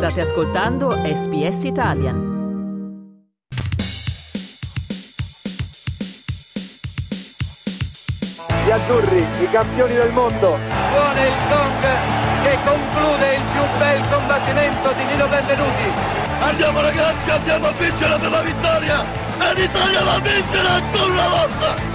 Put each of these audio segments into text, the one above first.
State ascoltando SBS Italian. Gli azzurri, i campioni del mondo. Suona il gong che conclude il più bel combattimento di Nino Benvenuti. Andiamo ragazzi, andiamo a vincere per la vittoria! E l'Italia va a vincere ancora una volta!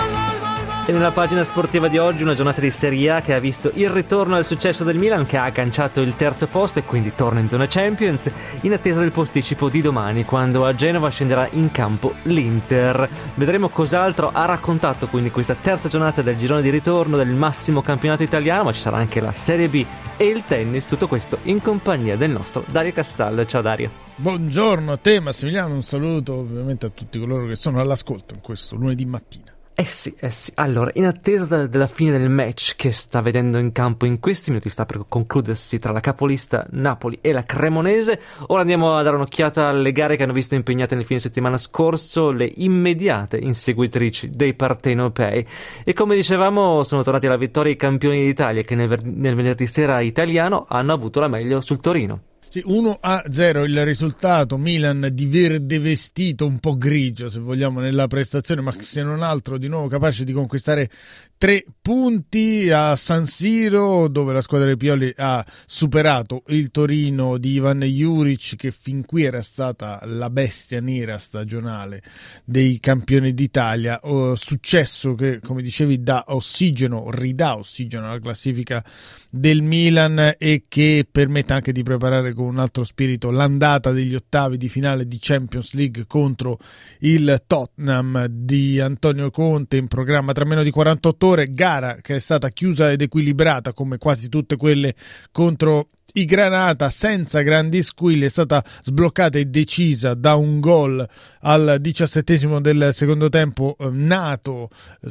E nella pagina sportiva di oggi una giornata di Serie A che ha visto il ritorno al successo del Milan, che ha agganciato il terzo posto e quindi torna in zona Champions, in attesa del posticipo di domani, quando a Genova scenderà in campo l'Inter. Vedremo cos'altro ha raccontato quindi questa terza giornata del girone di ritorno del massimo campionato italiano, ma ci sarà anche la Serie B e il tennis, tutto questo in compagnia del nostro Dario Castaldo. Ciao Dario. Buongiorno a te Massimiliano, un saluto ovviamente a tutti coloro che sono all'ascolto in questo lunedì mattina. Eh sì. Allora, in attesa della fine del match che sta vedendo in campo in questi minuti, sta per concludersi tra la capolista Napoli e la Cremonese, ora andiamo a dare un'occhiata alle gare che hanno visto impegnate nel fine settimana scorso le immediate inseguitrici dei partenopei. E come dicevamo, sono tornati alla vittoria i campioni d'Italia che nel venerdì sera italiano hanno avuto la meglio sul Torino. Sì, 1-0 il risultato, Milan di verde vestito, un po' grigio se vogliamo nella prestazione, ma se non altro di nuovo capace di conquistare 3 punti a San Siro, dove la squadra dei Pioli ha superato il Torino di Ivan Juric, che fin qui era stata la bestia nera stagionale dei campioni d'Italia. Successo che, come dicevi, ridà ossigeno alla classifica del Milan e che permette anche di preparare con un altro spirito l'andata degli ottavi di finale di Champions League contro il Tottenham di Antonio Conte, in programma tra meno di 48 ore, gara che è stata chiusa ed equilibrata come quasi tutte quelle contro i Granata, senza grandi squilli, è stata sbloccata e decisa da un gol al 17° del secondo tempo, nato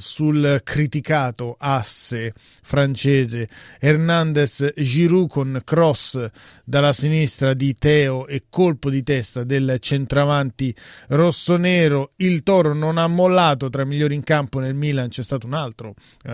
sul criticato asse francese Hernandez Giroud, con cross dalla sinistra di Teo e colpo di testa del centravanti rossonero. Il Toro non ha mollato, tra i migliori in campo nel Milan c'è stato un altro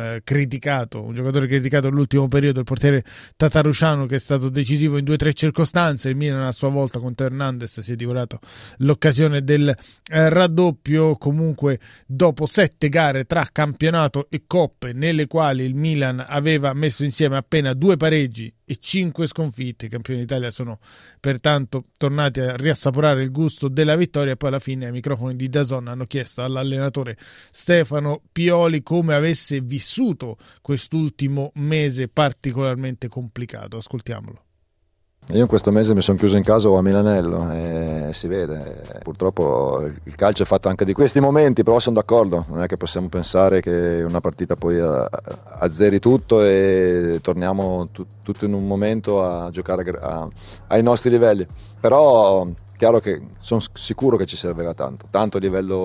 un giocatore criticato all'ultimo periodo, il portiere Tataruciano, che è stato decisivo in 2-3 circostanze. Il Milan a sua volta con Hernandez si è divorato l'occasione del raddoppio. Comunque, dopo 7 gare tra campionato e coppe, nelle quali il Milan aveva messo insieme appena 2 pareggi e 5 sconfitte, i campioni d'Italia sono pertanto tornati a riassaporare il gusto della vittoria. E poi alla fine ai microfoni di DAZN hanno chiesto all'allenatore Stefano Pioli come avesse vissuto quest'ultimo mese particolarmente complicato. Ascoltiamolo. Io in questo mese mi sono chiuso in casa o a Milanello e si vede, purtroppo il calcio è fatto anche di questi momenti, però sono d'accordo, non è che possiamo pensare che una partita poi azzeri tutto e torniamo tutto in un momento a giocare ai nostri livelli, però chiaro che sono sicuro che ci servirà tanto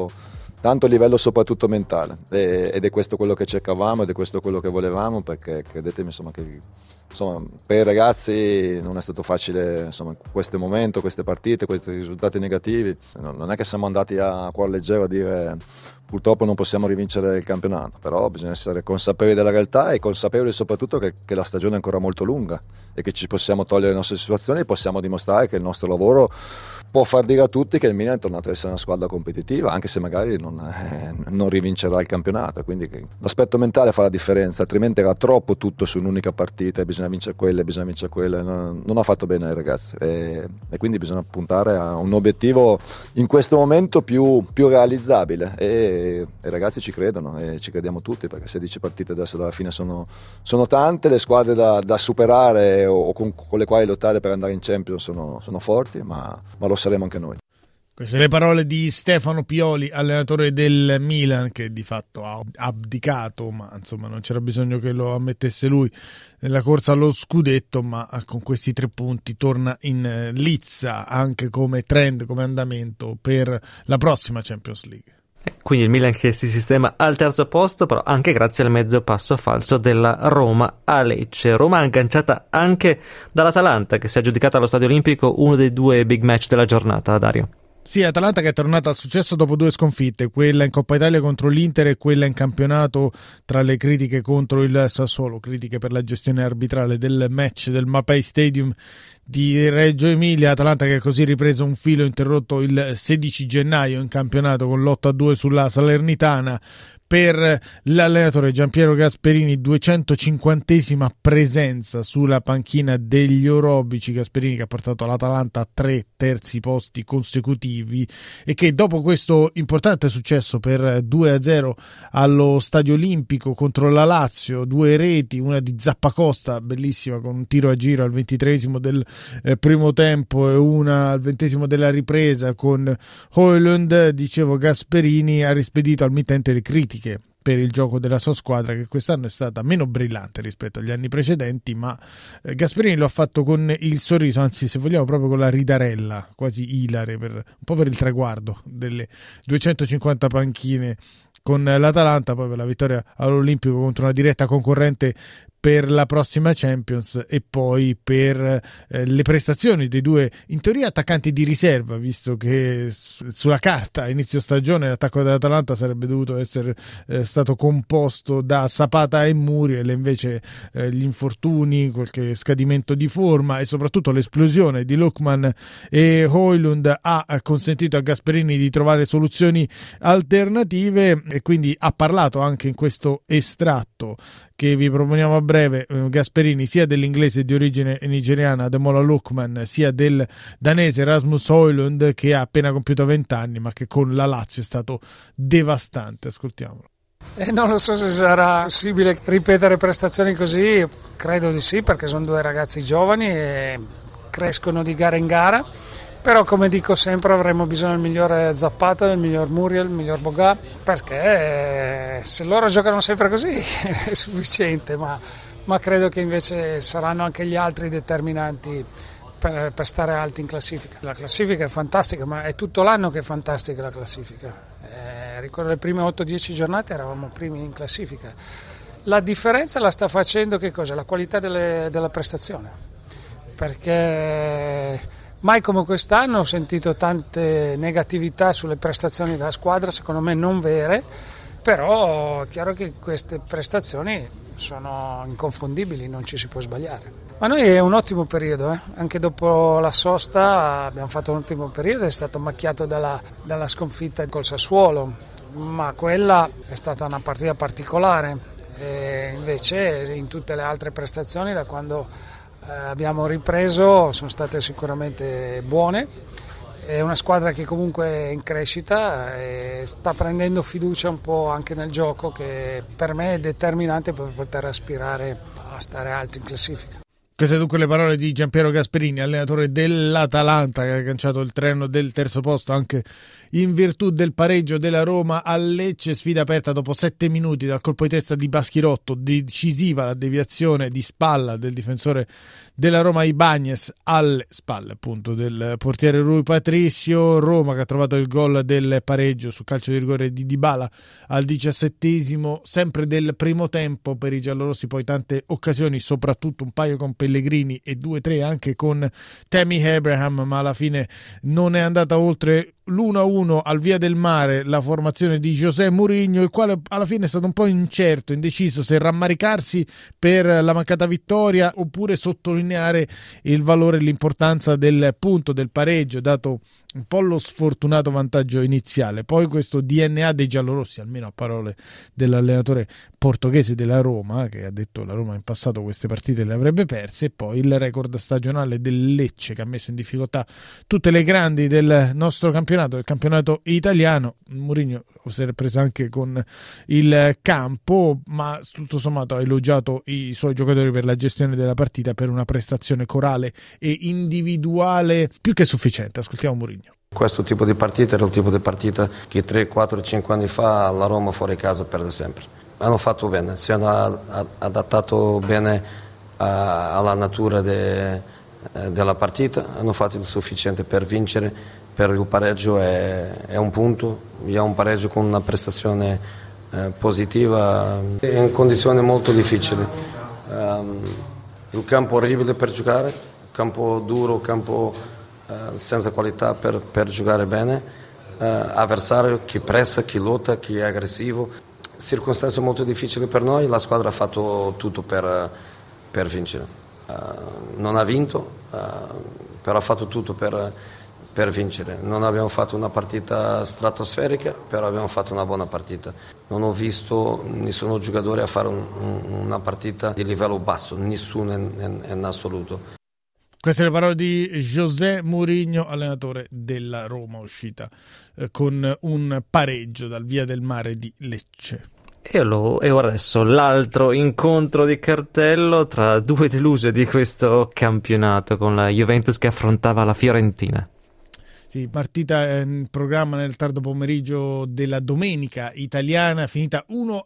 a livello soprattutto mentale, ed è questo quello che cercavamo ed è questo quello che volevamo, perché credetemi che per i ragazzi non è stato facile questo momento, queste partite, questi risultati negativi. Non è che siamo andati a cuor leggero a dire purtroppo non possiamo rivincere il campionato, però bisogna essere consapevoli della realtà e consapevoli soprattutto che la stagione è ancora molto lunga e che ci possiamo togliere le nostre situazioni e possiamo dimostrare che il nostro lavoro può far dire a tutti che il Milan è tornato ad essere una squadra competitiva, anche se magari non rivincerà il campionato. Quindi l'aspetto mentale fa la differenza, altrimenti era troppo tutto su un'unica partita e bisogna vincere quelle. Non ha fatto bene ai ragazzi e quindi bisogna puntare a un obiettivo in questo momento più realizzabile e i ragazzi ci credono e ci crediamo tutti, perché 16 partite adesso alla fine sono tante, le squadre da superare o con le quali lottare per andare in Champions sono forti, ma lo saremo anche noi. Queste le parole di Stefano Pioli, allenatore del Milan, che di fatto ha abdicato, ma insomma non c'era bisogno che lo ammettesse lui, nella corsa allo scudetto, ma con questi 3 punti torna in lizza anche come trend, come andamento per la prossima Champions League. Quindi il Milan che si sistema al terzo posto, però anche grazie al mezzo passo falso della Roma a Lecce. Roma agganciata anche dall'Atalanta, che si è aggiudicata allo Stadio Olimpico uno dei 2 big match della giornata, Dario. Sì, Atalanta che è tornata al successo dopo 2 sconfitte, quella in Coppa Italia contro l'Inter e quella in campionato, tra le critiche contro il Sassuolo, critiche per la gestione arbitrale del match del Mapei Stadium di Reggio Emilia. Atalanta che ha così ripreso un filo interrotto il 16 gennaio in campionato con l'8-2 sulla Salernitana. Per l'allenatore Giampiero Gasperini, 250esima presenza sulla panchina degli orobici. Gasperini che ha portato l'Atalanta a 3 terzi posti consecutivi e che dopo questo importante successo per 2-0 allo Stadio Olimpico contro la Lazio, 2 reti, una di Zappacosta bellissima con un tiro a giro al 23esimo del primo tempo e una al 20esimo della ripresa con Højlund, dicevo, Gasperini ha rispedito al mittente le critiche per il gioco della sua squadra, che quest'anno è stata meno brillante rispetto agli anni precedenti, ma Gasperini lo ha fatto con il sorriso, anzi se vogliamo proprio con la ridarella quasi ilare, un po' per il traguardo delle 250 panchine con l'Atalanta, poi per la vittoria all'Olimpico contro una diretta concorrente per la prossima Champions e poi per le prestazioni dei 2 in teoria attaccanti di riserva, visto che sulla carta a inizio stagione l'attacco dell'Atalanta sarebbe dovuto essere stato composto da Zapata e Muriel, e invece gli infortuni, qualche scadimento di forma e soprattutto l'esplosione di Lookman e Højlund ha consentito a Gasperini di trovare soluzioni alternative, e quindi ha parlato anche in questo estratto che vi proponiamo a breve Gasperini sia dell'inglese di origine nigeriana Ademola Lookman sia del danese Rasmus Højlund, che ha appena compiuto 20 anni ma che con la Lazio è stato devastante. Ascoltiamolo. Non lo so se sarà possibile ripetere prestazioni così, credo di sì, perché sono 2 ragazzi giovani e crescono di gara in gara, però come dico sempre avremo bisogno del migliore Zapata, del miglior Muriel, del miglior Boga, perché se loro giocano sempre così è sufficiente, ma credo che invece saranno anche gli altri determinanti per stare alti in classifica. La classifica è fantastica, ma è tutto l'anno che è fantastica la classifica. Ricordo le prime 8-10 giornate eravamo primi in classifica. La differenza la sta facendo che cosa? La qualità della prestazione, perché mai come quest'anno ho sentito tante negatività sulle prestazioni della squadra, secondo me non vere, però è chiaro che queste prestazioni sono inconfondibili, non ci si può sbagliare. Ma noi è un ottimo periodo, anche dopo la sosta abbiamo fatto un ottimo periodo, è stato macchiato dalla sconfitta col Sassuolo, ma quella è stata una partita particolare, e invece in tutte le altre prestazioni da quando abbiamo ripreso sono state sicuramente buone. È una squadra che comunque è in crescita e sta prendendo fiducia un po' anche nel gioco, che per me è determinante per poter aspirare a stare alto in classifica. Queste dunque le parole di Giampiero Gasperini, allenatore dell'Atalanta, che ha agganciato il treno del terzo posto anche in virtù del pareggio della Roma a Lecce. Sfida aperta dopo 7 minuti dal colpo di testa di Baschirotto, decisiva la deviazione di spalla del difensore della Roma Ibañez alle spalle appunto del portiere Rui Patricio. Roma che ha trovato il gol del pareggio su calcio di rigore di Dybala al 17esimo, sempre del primo tempo per i giallorossi. Poi tante occasioni, soprattutto un paio con Pellegrini e 2-3 anche con Tammy Abraham, ma alla fine non è andata oltre l'1-1 al Via del Mare la formazione di José Mourinho, il quale alla fine è stato un po' incerto, indeciso se rammaricarsi per la mancata vittoria oppure sottolineare il valore e l'importanza del punto, del pareggio, dato un po' lo sfortunato vantaggio iniziale. Poi questo DNA dei giallorossi, almeno a parole dell'allenatore portoghese della Roma, che ha detto la Roma in passato queste partite le avrebbe perse, e poi il record stagionale del Lecce che ha messo in difficoltà tutte le grandi del nostro campionato, del campionato italiano. Mourinho si è preso anche con il campo, ma tutto sommato ha elogiato i suoi giocatori per la gestione della partita, per una prestazione corale e individuale più che sufficiente. Ascoltiamo Mourinho. Questo tipo di partita era il tipo di partita che 3, 4, 5 anni fa la Roma fuori casa perde sempre. Hanno fatto bene, si hanno adattato bene alla natura della partita, hanno fatto il sufficiente per vincere. Per il pareggio è un punto, è un pareggio con una prestazione positiva in condizioni molto difficili. Il campo orribile per giocare, campo duro, campo senza qualità per giocare bene, avversario che pressa, che lotta, che è aggressivo, circostanze molto difficili per noi, la squadra ha fatto tutto per vincere, non ha vinto, però ha fatto tutto per vincere. Non abbiamo fatto una partita stratosferica, però abbiamo fatto una buona partita. Non ho visto nessun giocatore a fare una partita di livello basso, nessuno in assoluto. Queste le parole di José Mourinho, allenatore della Roma, uscita con un pareggio dal Via del Mare di Lecce. E ora adesso l'altro incontro di cartello tra due deluse di questo campionato, con la Juventus che affrontava la Fiorentina. Sì, partita in programma nel tardo pomeriggio della domenica italiana, finita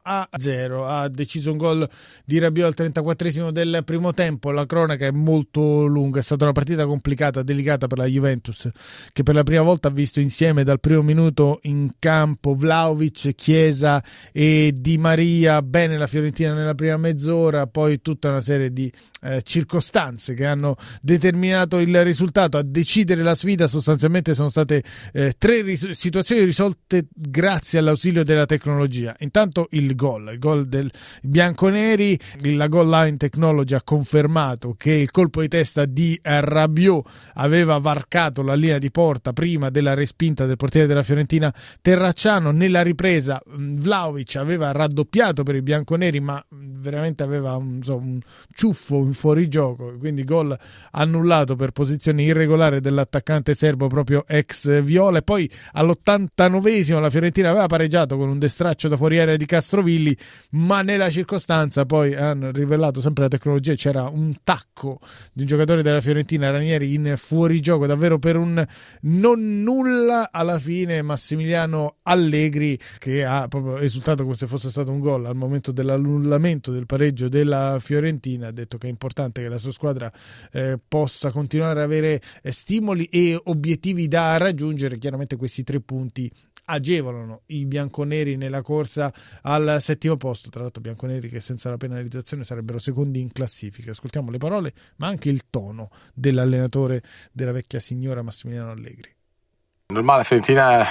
1-0. Ha deciso un gol di Rabiot al 34esimo del primo tempo. La cronaca è molto lunga, è stata una partita complicata, delicata per la Juventus, che per la prima volta ha visto insieme dal primo minuto in campo Vlahovic, Chiesa e Di Maria. Bene la Fiorentina nella prima mezz'ora, poi tutta una serie di circostanze che hanno determinato il risultato. A decidere la sfida sostanzialmente sono state tre situazioni risolte grazie all'ausilio della tecnologia. Intanto il gol del bianconeri, la goal line technology ha confermato che il colpo di testa di Rabiot aveva varcato la linea di porta prima della respinta del portiere della Fiorentina Terracciano. Nella ripresa Vlahovic aveva raddoppiato per i bianconeri, ma veramente aveva un ciuffo in fuorigioco, quindi gol annullato per posizione irregolare dell'attaccante serbo proprio ex Viola. E poi all'89esimo la Fiorentina aveva pareggiato con un destraccio da fuori area di Castrovilli, ma nella circostanza poi hanno rivelato sempre la tecnologia, c'era un tacco di un giocatore della Fiorentina, Ranieri, in fuorigioco davvero per un non nulla. Alla fine Massimiliano Allegri, che ha proprio esultato come se fosse stato un gol al momento dell'annullamento del pareggio della Fiorentina, ha detto che è importante che la sua squadra possa continuare ad avere stimoli e obiettivi da raggiungere. Chiaramente questi 3 punti agevolano i bianconeri nella corsa al 7° posto. Tra l'altro bianconeri che senza la penalizzazione sarebbero secondi in classifica. Ascoltiamo le parole ma anche il tono dell'allenatore della vecchia signora Massimiliano Allegri. Normale, Fiorentina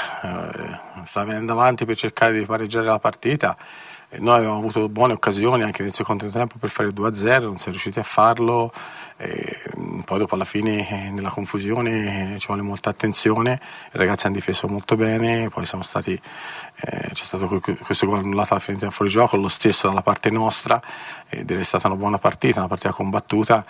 sta venendo avanti per cercare di pareggiare la partita. Noi avevamo avuto buone occasioni anche nel secondo tempo per fare il 2-0, non si è riusciti a farlo, poi dopo alla fine nella confusione ci vuole molta attenzione, i ragazzi hanno difeso molto bene, poi siamo stati, c'è stato questo gol annullato alla Fiorentina fuori gioco, lo stesso dalla parte nostra, direi è stata una buona partita, una partita combattuta,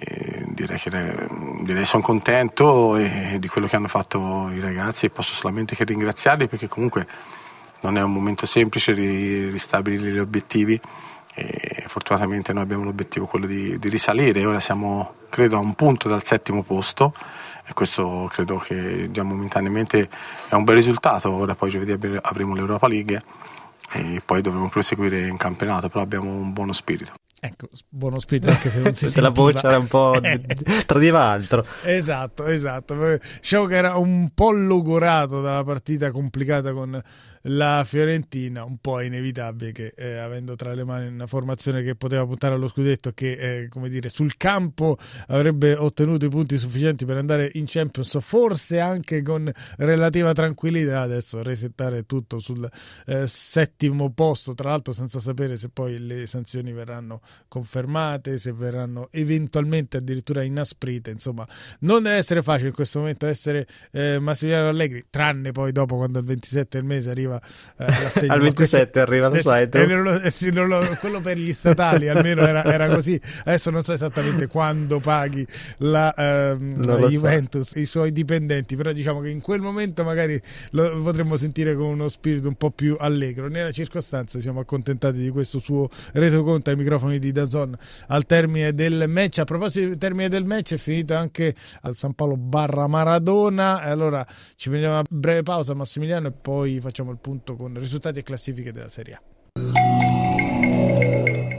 direi sono contento di quello che hanno fatto i ragazzi e posso solamente che ringraziarli, perché comunque non è un momento semplice di ristabilire gli obiettivi e fortunatamente noi abbiamo l'obiettivo quello di risalire. Ora siamo credo a un punto dal 7° posto e questo credo che già momentaneamente è un bel risultato. Ora poi giovedì avremo l'Europa League e poi dovremo proseguire in campionato, però abbiamo un buono spirito. Ecco, buono spirito anche se non si sentiva. La voce era un po' tradiva altro. Esatto. Diciamo che era un po' logorato dalla partita complicata con la Fiorentina, un po' inevitabile che avendo tra le mani una formazione che poteva puntare allo scudetto, che come dire sul campo avrebbe ottenuto i punti sufficienti per andare in Champions, forse anche con relativa tranquillità. Adesso resettare tutto sul 7° posto, tra l'altro senza sapere se poi le sanzioni verranno confermate, se verranno eventualmente addirittura inasprite. Insomma, non deve essere facile in questo momento essere Massimiliano Allegri, tranne poi dopo, quando il 27 del mese arriva al 27 arriva, lo sai tu. Quello per gli statali almeno era così. Adesso non so esattamente quando paghi la Juventus i suoi dipendenti, però diciamo che in quel momento magari lo potremmo sentire con uno spirito un po' più allegro. Nella circostanza siamo accontentati di questo suo resoconto ai microfoni di DAZN al termine del match. A proposito del termine del match, è finito anche al San Paolo barra Maradona, e allora ci prendiamo una breve pausa, Massimiliano, e poi facciamo il punto con risultati e classifiche della Serie A.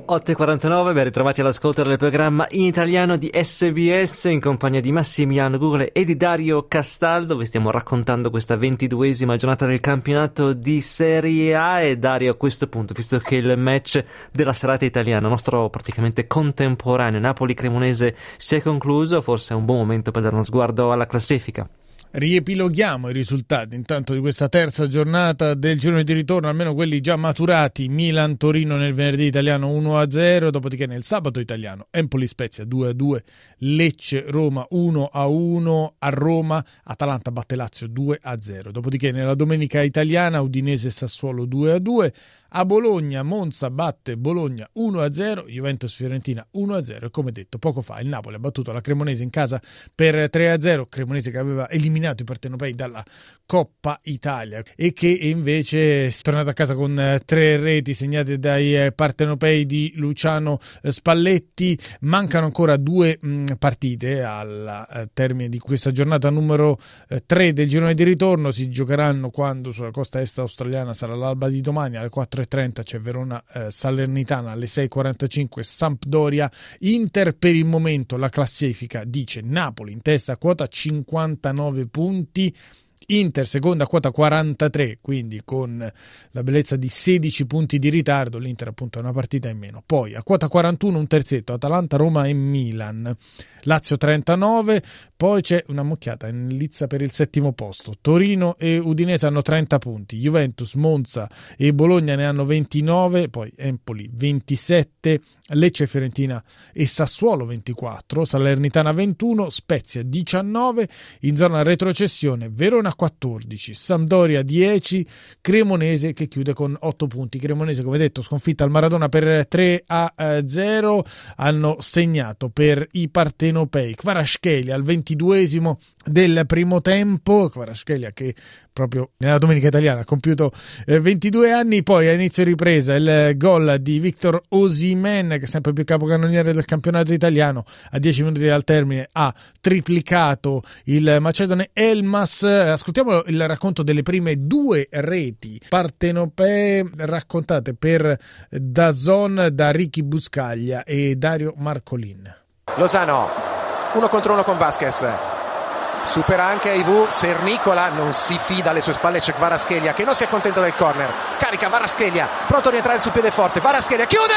8.49, ben ritrovati all'ascolto del programma in italiano di SBS in compagnia di Massimiliano Gugole e di Dario Castaldo. Vi stiamo raccontando questa 22esima giornata del campionato di Serie A e Dario, a questo punto, visto che il match della serata italiana, nostro praticamente contemporaneo, Napoli-Cremonese, si è concluso, forse è un buon momento per dare uno sguardo alla classifica. Riepiloghiamo i risultati intanto di questa terza giornata del girone di ritorno, almeno quelli già maturati. Milan-Torino nel venerdì italiano 1-0, dopodiché nel sabato italiano Empoli-Spezia 2-2, Lecce-Roma 1-1, a Roma Atalanta batte Lazio 2-0, dopodiché nella domenica italiana Udinese-Sassuolo 2-2, a Bologna Monza batte Bologna 1-0, Juventus-Fiorentina 1-0 e come detto poco fa il Napoli ha battuto la Cremonese in casa per 3-0, Cremonese che aveva eliminato i partenopei dalla Coppa Italia e che invece è tornato a casa con 3 reti segnate dai partenopei di Luciano Spalletti. Mancano ancora 2 partite al termine di questa giornata numero 3 del girone di ritorno. Si giocheranno quando sulla costa est australiana sarà l'alba di domani alle 4:30 c'è Verona Salernitana, alle 6:45 Sampdoria Inter. Per il momento la classifica dice Napoli in testa a quota 59 punti, Inter seconda a quota 43, quindi con la bellezza di 16 punti di ritardo. L'Inter appunto è una partita in meno. Poi a quota 41 un terzetto, Atalanta, Roma e Milan, Lazio 39, poi c'è una mucchiata in lizza per il settimo posto, Torino e Udinese hanno 30 punti, Juventus, Monza e Bologna ne hanno 29, poi Empoli 27, Lecce, Fiorentina e Sassuolo 24, Salernitana 21, Spezia 19, in zona retrocessione Verona 14, Sampdoria 10, Cremonese che chiude con 8 punti. Cremonese, come detto, sconfitta al Maradona per 3-0, hanno segnato per i partenopei Kvaratskhelia al 22esimo del primo tempo, Kvaratskhelia che proprio nella domenica italiana ha compiuto 22 anni, poi a inizio ripresa il gol di Victor Osimhen, che è sempre più capocannoniere del campionato italiano, a 10 minuti dal termine ha triplicato il macedone Elmas. Ascoltiamo il racconto delle prime 2 reti partenopee raccontate per DAZN da Ricky Buscaglia e Dario Marcolin. Lozano 1 contro 1 con Vasquez, supera anche Aivu, Sernicola non si fida, alle sue spalle c'è Kvaratskhelia che non si accontenta del corner, carica Kvaratskhelia, pronto a rientrare sul piede forte, Kvaratskhelia chiude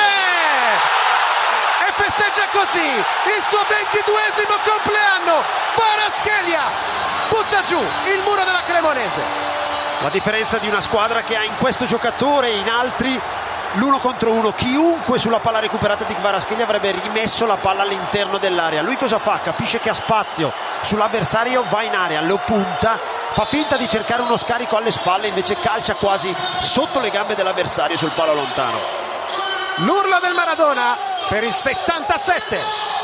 e festeggia così il suo 22esimo compleanno. Kvaratskhelia butta giù il muro della Cremonese. La differenza di una squadra che ha in questo giocatore e in altri l'1 contro 1, chiunque sulla palla recuperata di Kvaratskhelia avrebbe rimesso la palla all'interno dell'area. Lui cosa fa? Capisce che ha spazio sull'avversario, va in area, lo punta, fa finta di cercare uno scarico alle spalle, invece calcia quasi sotto le gambe dell'avversario sul palo lontano. L'urlo del Maradona per il 77.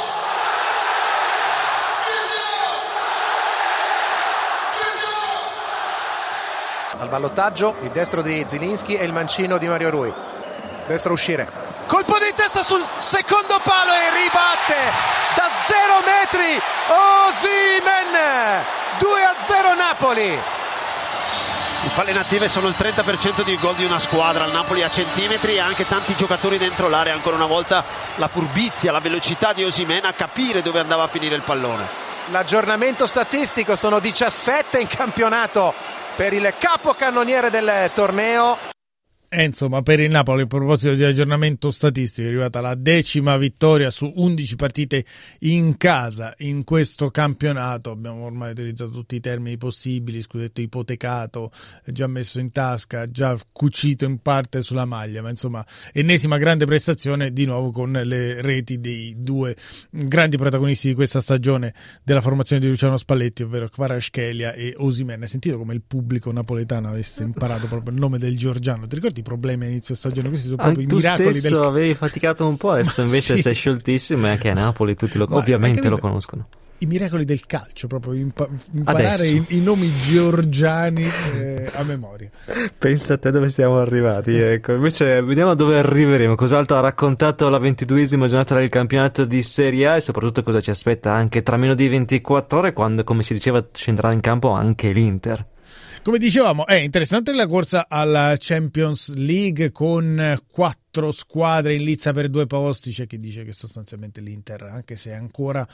Al ballottaggio il destro di Zielinski e il mancino di Mario Rui. Destro uscire, colpo di testa sul secondo palo e ribatte da 0 metri Osimhen. 2-0 Napoli. Le palle native sono il 30% di gol di una squadra, il Napoli a centimetri e anche tanti giocatori dentro l'area. Ancora una volta la furbizia, la velocità di Osimhen a capire dove andava a finire il pallone. L'aggiornamento statistico, sono 17 in campionato per il capocannoniere del torneo. Insomma, per il Napoli, a proposito di aggiornamento statistico, è arrivata la 10ª vittoria su 11 partite in casa in questo campionato. Abbiamo ormai utilizzato tutti i termini possibili: scudetto ipotecato, già messo in tasca, già cucito in parte sulla maglia, ma insomma ennesima grande prestazione, di nuovo con le reti dei 2 grandi protagonisti di questa stagione della formazione di Luciano Spalletti, ovvero Kvaratskhelia e Osimhen. Hai sentito come il pubblico napoletano avesse imparato proprio il nome del georgiano? Ti ricordi problemi a inizio stagione? Questi sono proprio i miracoli tu stesso avevi faticato un po', adesso invece sei scioltissimo, e anche a Napoli tutti ovviamente lo conoscono. I miracoli del calcio, proprio imparare i nomi georgiani a memoria. Pensa a te dove siamo arrivati, ecco. Invece vediamo dove arriveremo, cos'altro ha raccontato la 22esima giornata del campionato di Serie A e soprattutto cosa ci aspetta anche tra meno di 24 ore, quando, come si diceva, scenderà in campo anche l'Inter. Come dicevamo, è interessante la corsa alla Champions League con 4 4 squadre in lizza per 2 posti. C'è chi dice che sostanzialmente l'Inter, anche se è ancora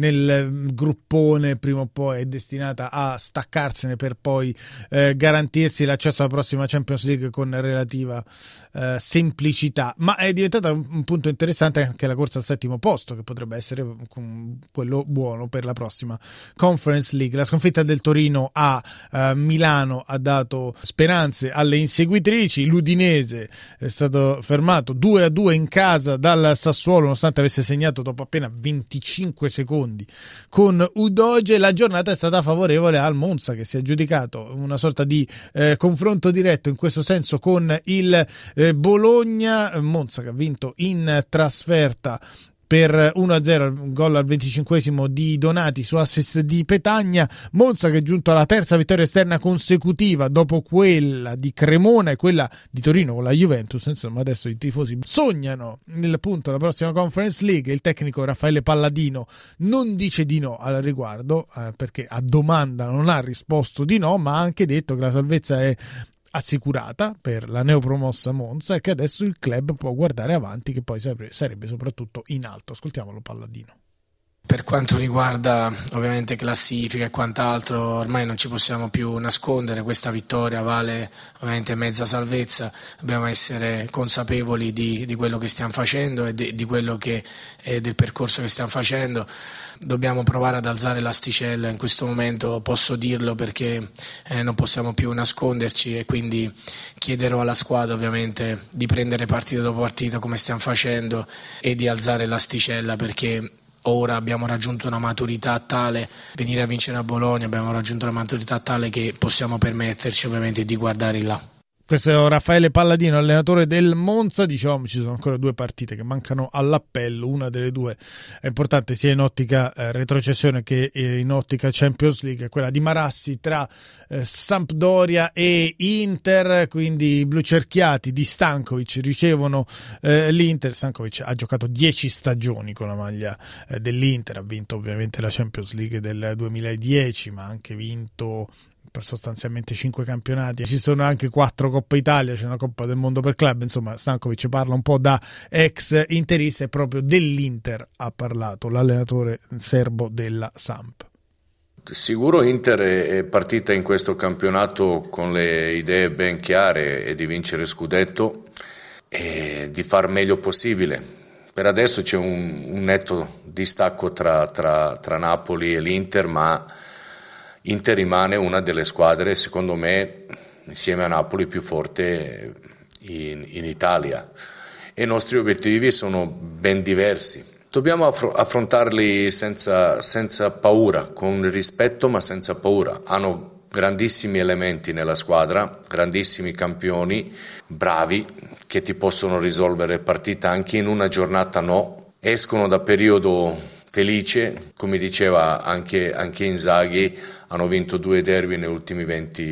nel gruppone, prima o poi è destinata a staccarsene per poi garantirsi l'accesso alla prossima Champions League con relativa semplicità. Ma è diventata un punto interessante anche la corsa al 7° posto, che potrebbe essere quello buono per la prossima Conference League. La sconfitta del Torino a Milano ha dato speranze alle inseguitrici. L'Udinese è stato fermato 2-2 in casa dal Sassuolo, nonostante avesse segnato dopo appena 25 secondi con Udogie. La giornata è stata favorevole al Monza, che si è aggiudicato una sorta di confronto diretto in questo senso con il Bologna. Monza che ha vinto in trasferta per 1-0, gol al 25esimo di Donati su assist di Petagna. Monza che è giunto alla terza vittoria esterna consecutiva dopo quella di Cremona e quella di Torino con la Juventus. Insomma, adesso i tifosi sognano nel punto la prossima Conference League. Il tecnico Raffaele Palladino non dice di no al riguardo, perché a domanda non ha risposto di no, ma ha anche detto che la salvezza è assicurata per la neopromossa Monza e che adesso il club può guardare avanti, che poi sarebbe soprattutto in alto. Ascoltiamolo Palladino. Per quanto riguarda ovviamente classifica e quant'altro, ormai non ci possiamo più nascondere, questa vittoria vale ovviamente mezza salvezza, dobbiamo essere consapevoli di quello che stiamo facendo e di quello che del percorso che stiamo facendo. Dobbiamo provare ad alzare l'asticella, in questo momento posso dirlo perché non possiamo più nasconderci, e quindi chiederò alla squadra ovviamente di prendere partita dopo partita come stiamo facendo e di alzare l'asticella, perché ora abbiamo raggiunto una maturità tale, venire a vincere a Bologna, abbiamo raggiunto una maturità tale che possiamo permetterci ovviamente di guardare in là. Questo è Raffaele Palladino, allenatore del Monza. Diciamo, ci sono ancora 2 partite che mancano all'appello, una delle 2 è importante sia in ottica retrocessione che in ottica Champions League, quella di Marassi tra Sampdoria e Inter. Quindi i blucerchiati di Stankovic ricevono l'Inter. Stankovic ha giocato 10 stagioni con la maglia dell'Inter, ha vinto ovviamente la Champions League del 2010, ma ha anche vinto per sostanzialmente 5 campionati. Ci sono anche 4 Coppa Italia, c'è una Coppa del Mondo per club. Insomma, Stankovic parla un po' da ex interista, e proprio dell'Inter ha parlato l'allenatore serbo della Samp. Sicuro Inter è partita in questo campionato con le idee ben chiare e di vincere scudetto e di far meglio possibile. Per adesso c'è un netto distacco tra Napoli e l'Inter, ma Inter rimane una delle squadre, secondo me, insieme a Napoli, più forte in Italia, e i nostri obiettivi sono ben diversi. Dobbiamo affrontarli senza paura, con rispetto ma senza paura. Hanno grandissimi elementi nella squadra, grandissimi campioni, bravi, che ti possono risolvere partita anche in una giornata no. Escono da periodo felice, come diceva anche Inzaghi, hanno vinto 2 derby negli ultimi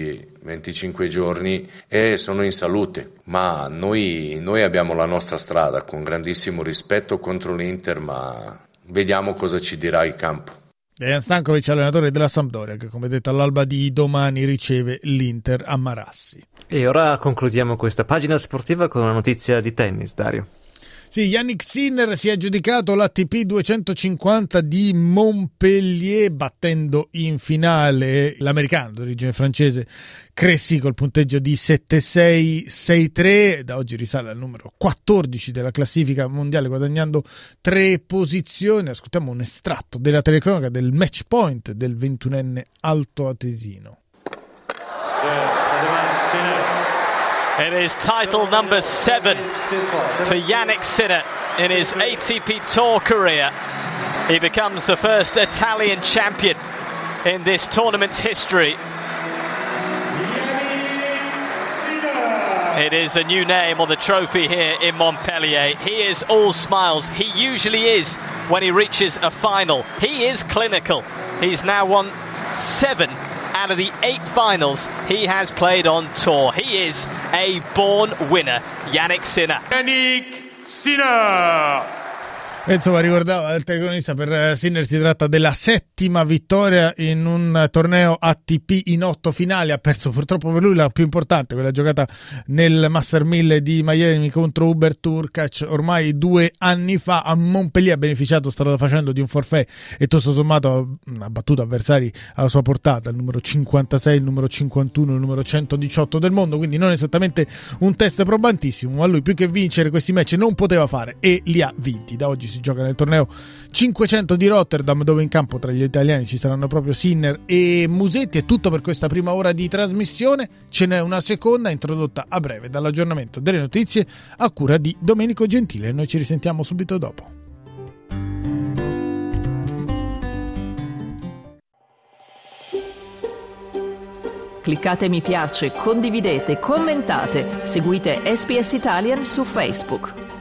20-25 giorni e sono in salute, ma noi abbiamo la nostra strada, con grandissimo rispetto contro l'Inter, ma vediamo cosa ci dirà il campo. Dejan Stankovic, allenatore della Sampdoria, che come detto all'alba di domani riceve l'Inter a Marassi. E ora concludiamo questa pagina sportiva con una notizia di tennis, Dario. Sì, Yannick Sinner si è aggiudicato l'ATP 250 di Montpellier, battendo in finale l'americano d'origine francese Cressy col punteggio di 7-6, 6-3. Da oggi risale al numero 14 della classifica mondiale, guadagnando 3 posizioni. Ascoltiamo un estratto della telecronaca del match point del 21enne altoatesino. It is title number 7 for Yannick Sinner in his ATP Tour career. He becomes the first Italian champion in this tournament's history. It is a new name on the trophy here in Montpellier. He is all smiles. He usually is when he reaches a final. He is clinical. He's now won 7 out of the 8 finals he has played on tour. He is a born winner, Yannick Sinner. Yannick Sinner! Insomma, ricordava il telecronista, per Sinner si tratta della 7ª vittoria in un torneo ATP in 8 finali. Ha perso purtroppo per lui la più importante, quella giocata nel Master 1000 di Miami contro Hubert Hurkacz ormai 2 anni fa. A Montpellier ha beneficiato, strada facendo, di un forfait e tutto sommato ha battuto avversari alla sua portata, il numero 56, il numero 51, il numero 118 del mondo, quindi non esattamente un test probantissimo, ma lui più che vincere questi match non poteva fare e li ha vinti. Da oggi si gioca nel torneo 500 di Rotterdam, dove in campo tra gli italiani ci saranno proprio Sinner e Musetti. È tutto per questa prima ora di trasmissione, ce n'è una seconda introdotta a breve dall'aggiornamento delle notizie a cura di Domenico Gentile. Noi ci risentiamo subito dopo. Cliccate mi piace, condividete, commentate, seguite SPS Italian su Facebook.